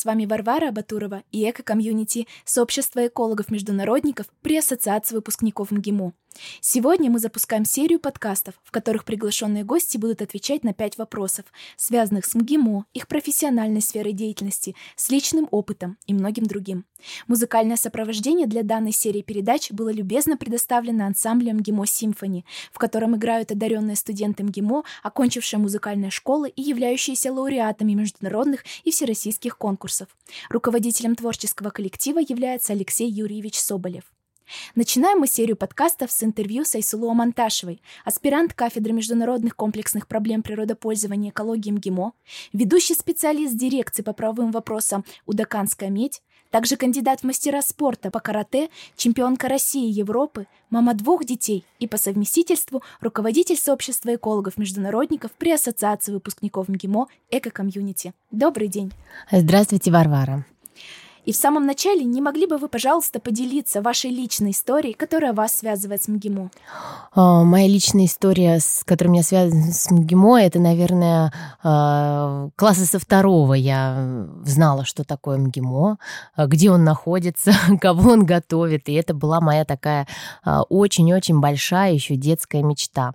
С вами Варвара Абатурова и Эко-комьюнити сообщества экологов-международников при Ассоциации выпускников МГИМО. Сегодня мы запускаем серию подкастов, в которых приглашенные гости будут отвечать на 5 вопросов, связанных с МГИМО, их профессиональной сферой деятельности, с личным опытом и многим другим. Музыкальное сопровождение для данной серии передач было любезно предоставлено ансамблем МГИМО «Симфони», в котором играют одаренные студенты МГИМО, окончившие музыкальные школы и являющиеся лауреатами международных и всероссийских конкурсов. Руководителем творческого коллектива является Алексей Юрьевич Соболев. Начинаем мы серию подкастов с интервью с Айсулу Аманташевой, аспирант кафедры международных комплексных проблем природопользования и экологии МГИМО, ведущий специалист дирекции по правовым вопросам «Удаканская медь», также кандидат в мастера спорта по карате, чемпионка России и Европы, мама 2 детей и по совместительству руководитель сообщества экологов-международников при Ассоциации выпускников МГИМО «Эко-комьюнити». Добрый день. Здравствуйте, Варвара. И в самом начале не могли бы вы, пожалуйста, поделиться вашей личной историей, которая вас связывает с МГИМО? Моя личная история, которая меня связана с МГИМО, это, наверное, класса со 2 я знала, что такое МГИМО, где он находится, кого он готовит. И это была моя такая очень-очень большая еще детская мечта.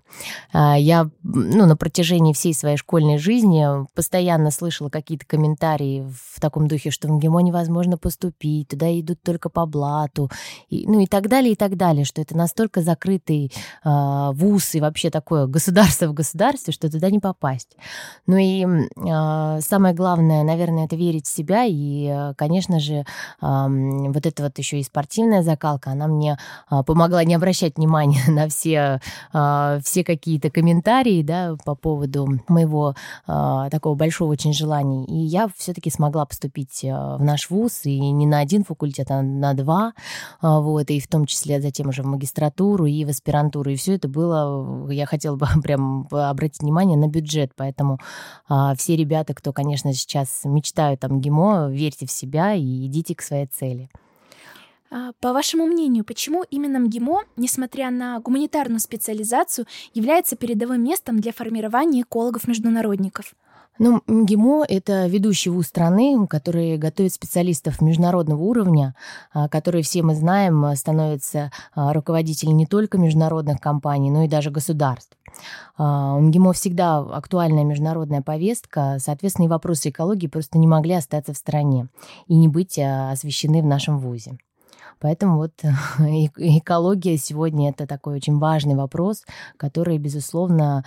Я на протяжении всей своей школьной жизни постоянно слышала какие-то комментарии в таком духе, что в МГИМО невозможно поступить, туда идут только по блату, и так далее, что это настолько закрытый вуз и вообще такое государство в государстве, что туда не попасть. Ну и самое главное, наверное, это верить в себя, и, конечно же, вот эта вот еще и спортивная закалка, она мне помогла не обращать внимания на все какие-то комментарии, да, по поводу моего такого большого очень желания, и я все-таки смогла поступить в наш вуз, и не на 1 факультет, а на 2, вот, и в том числе затем уже в магистратуру и в аспирантуру. И все это было, я хотела бы прям обратить внимание на бюджет, поэтому все ребята, кто, конечно, сейчас мечтают о МГИМО, верьте в себя и идите к своей цели. По вашему мнению, почему именно МГИМО, несмотря на гуманитарную специализацию, является передовым местом для формирования экологов-международников? МГИМО — это ведущий вуз страны, который готовит специалистов международного уровня, которые, все мы знаем, становятся руководителями не только международных компаний, но и даже государств. У МГИМО всегда актуальная международная повестка, соответственно, и вопросы экологии просто не могли остаться в стороне и не быть освещены в нашем вузе. Поэтому вот экология сегодня — это такой очень важный вопрос, который, безусловно,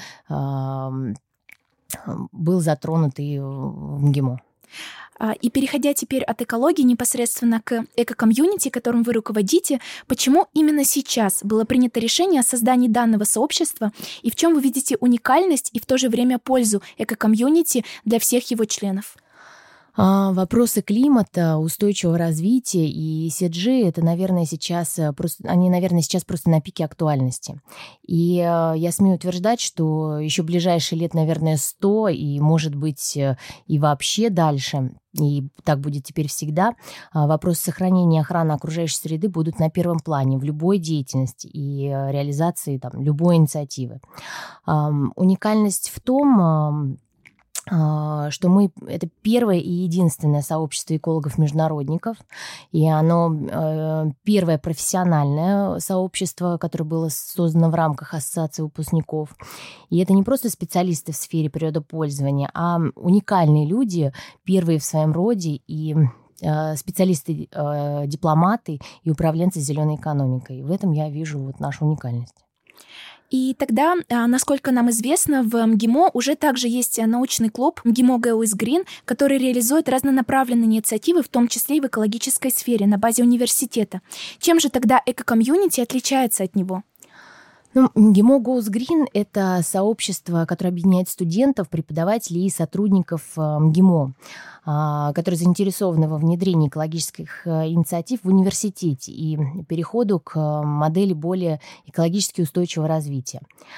был затронут и в МГИМО. И переходя теперь от экологии непосредственно к эко-комьюнити, которым вы руководите, почему именно сейчас было принято решение о создании данного сообщества и в чем вы видите уникальность и в то же время пользу эко-комьюнити для всех его членов? Вопросы климата, устойчивого развития и ESG — это, наверное, сейчас просто на пике актуальности. И я смею утверждать, что еще ближайшие лет, наверное, 100, и, может быть, и вообще дальше, и так будет теперь всегда, вопросы сохранения и охраны окружающей среды будут на первом плане в любой деятельности и реализации любой инициативы. Уникальность в том, что мы — это первое и единственное сообщество экологов-международников, и оно первое профессиональное сообщество, которое было создано в рамках Ассоциации выпускников. И это не просто специалисты в сфере природопользования, а уникальные люди, первые в своем роде, и специалисты, дипломаты и управленцы зеленой экономикой. И в этом я вижу нашу уникальность. И тогда, насколько нам известно, в МГИМО уже также есть научный клуб МГИМО Go is Green, который реализует разнонаправленные инициативы, в том числе и в экологической сфере на базе университета. Чем же тогда эко-комьюнити отличается от него? МГИМО Go is Green — это сообщество, которое объединяет студентов, преподавателей и сотрудников МГИМО, которые заинтересованы во внедрении экологических инициатив в университете и переходу к модели более экологически устойчивого развития.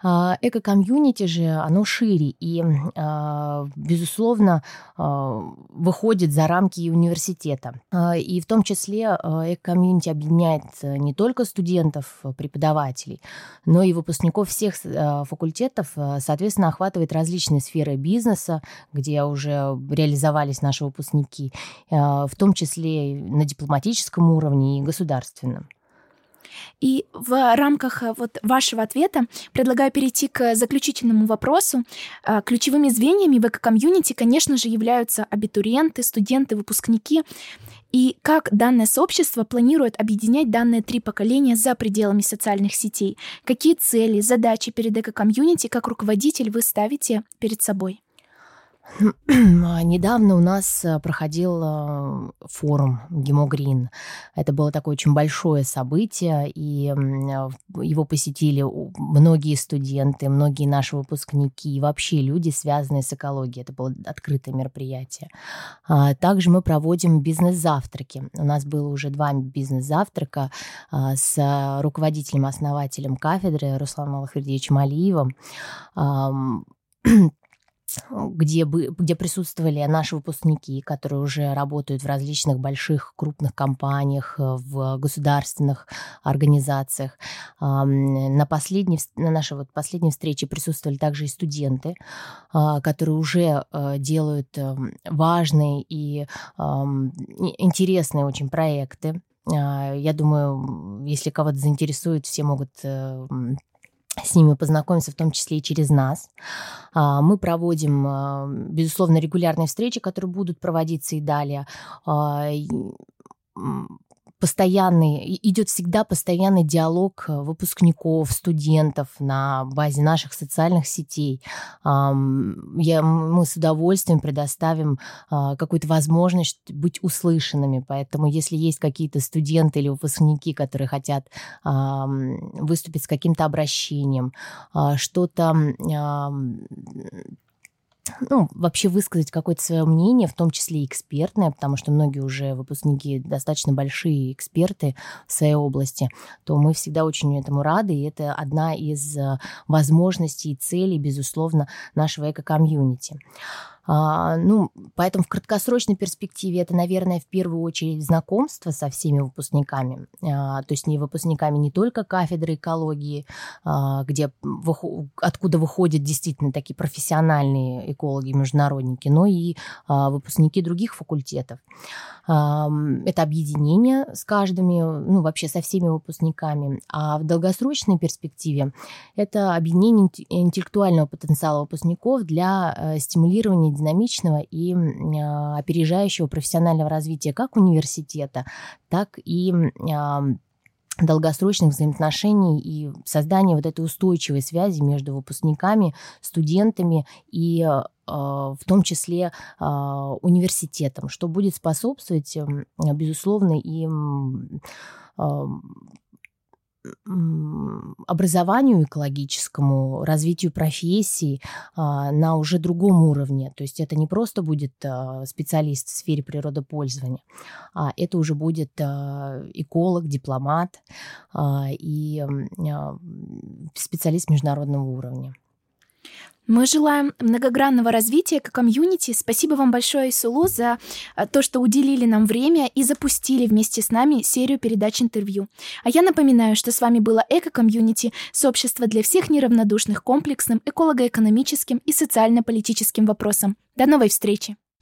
Эко-комьюнити же, оно шире и, безусловно, выходит за рамки университета. И в том числе эко-комьюнити объединяет не только студентов, преподавателей, но и выпускников всех факультетов, соответственно, охватывает различные сферы бизнеса, где уже реализовались наши выпускники, в том числе на дипломатическом уровне и государственном. И в рамках вашего ответа предлагаю перейти к заключительному вопросу. Ключевыми звеньями в эко-комьюнити, конечно же, являются абитуриенты, студенты, выпускники. И как данное сообщество планирует объединять данные 3 поколения за пределами социальных сетей? Какие цели, задачи перед эко-комьюнити как руководитель вы ставите перед собой? Недавно у нас проходил форум МГИМО Green. Это было такое очень большое событие, и его посетили многие студенты, многие наши выпускники и вообще люди, связанные с экологией. Это было открытое мероприятие. Также мы проводим бизнес-завтраки. У нас было уже 2 бизнес-завтрака с руководителем-основателем кафедры Русланом Аллахвердиевичем Алиевым, где присутствовали наши выпускники, которые уже работают в различных больших крупных компаниях, в государственных организациях. На нашей последней встрече присутствовали также и студенты, которые уже делают важные и интересные очень проекты. Я думаю, если кого-то заинтересует, все могут с ними познакомиться, в том числе и через нас. Мы проводим, безусловно, регулярные встречи, которые будут проводиться и далее. Идет всегда постоянный диалог выпускников, студентов на базе наших социальных сетей. Мы с удовольствием предоставим какую-то возможность быть услышанными. Поэтому если есть какие-то студенты или выпускники, которые хотят выступить с каким-то обращением, что-то вообще высказать какое-то свое мнение, в том числе и экспертное, потому что многие уже выпускники достаточно большие эксперты в своей области, то мы всегда очень этому рады, и это одна из возможностей и целей, безусловно, нашего эко-комьюнити. Поэтому в краткосрочной перспективе это, наверное, в первую очередь знакомство со всеми выпускниками, то есть не выпускниками не только кафедры экологии, откуда выходят действительно такие профессиональные экологи-международники, но и выпускники других факультетов. Это объединение с каждыми, вообще со всеми выпускниками. А в долгосрочной перспективе это объединение интеллектуального потенциала выпускников для стимулирования динамичного и опережающего профессионального развития как университета, так и долгосрочных взаимоотношений и создания вот этой устойчивой связи между выпускниками, студентами и в том числе университетом, что будет способствовать, безусловно, и образованию экологическому, развитию профессий на уже другом уровне. То есть это не просто будет специалист в сфере природопользования, а это уже будет эколог, дипломат и специалист международного уровня. Мы желаем многогранного развития эко-комьюнити. Спасибо вам большое, Айсулу, за то, что уделили нам время и запустили вместе с нами серию передач-интервью. А я напоминаю, что с вами было эко-комьюнити, сообщество для всех неравнодушных комплексным эколого-экономическим и социально-политическим вопросам. До новой встречи!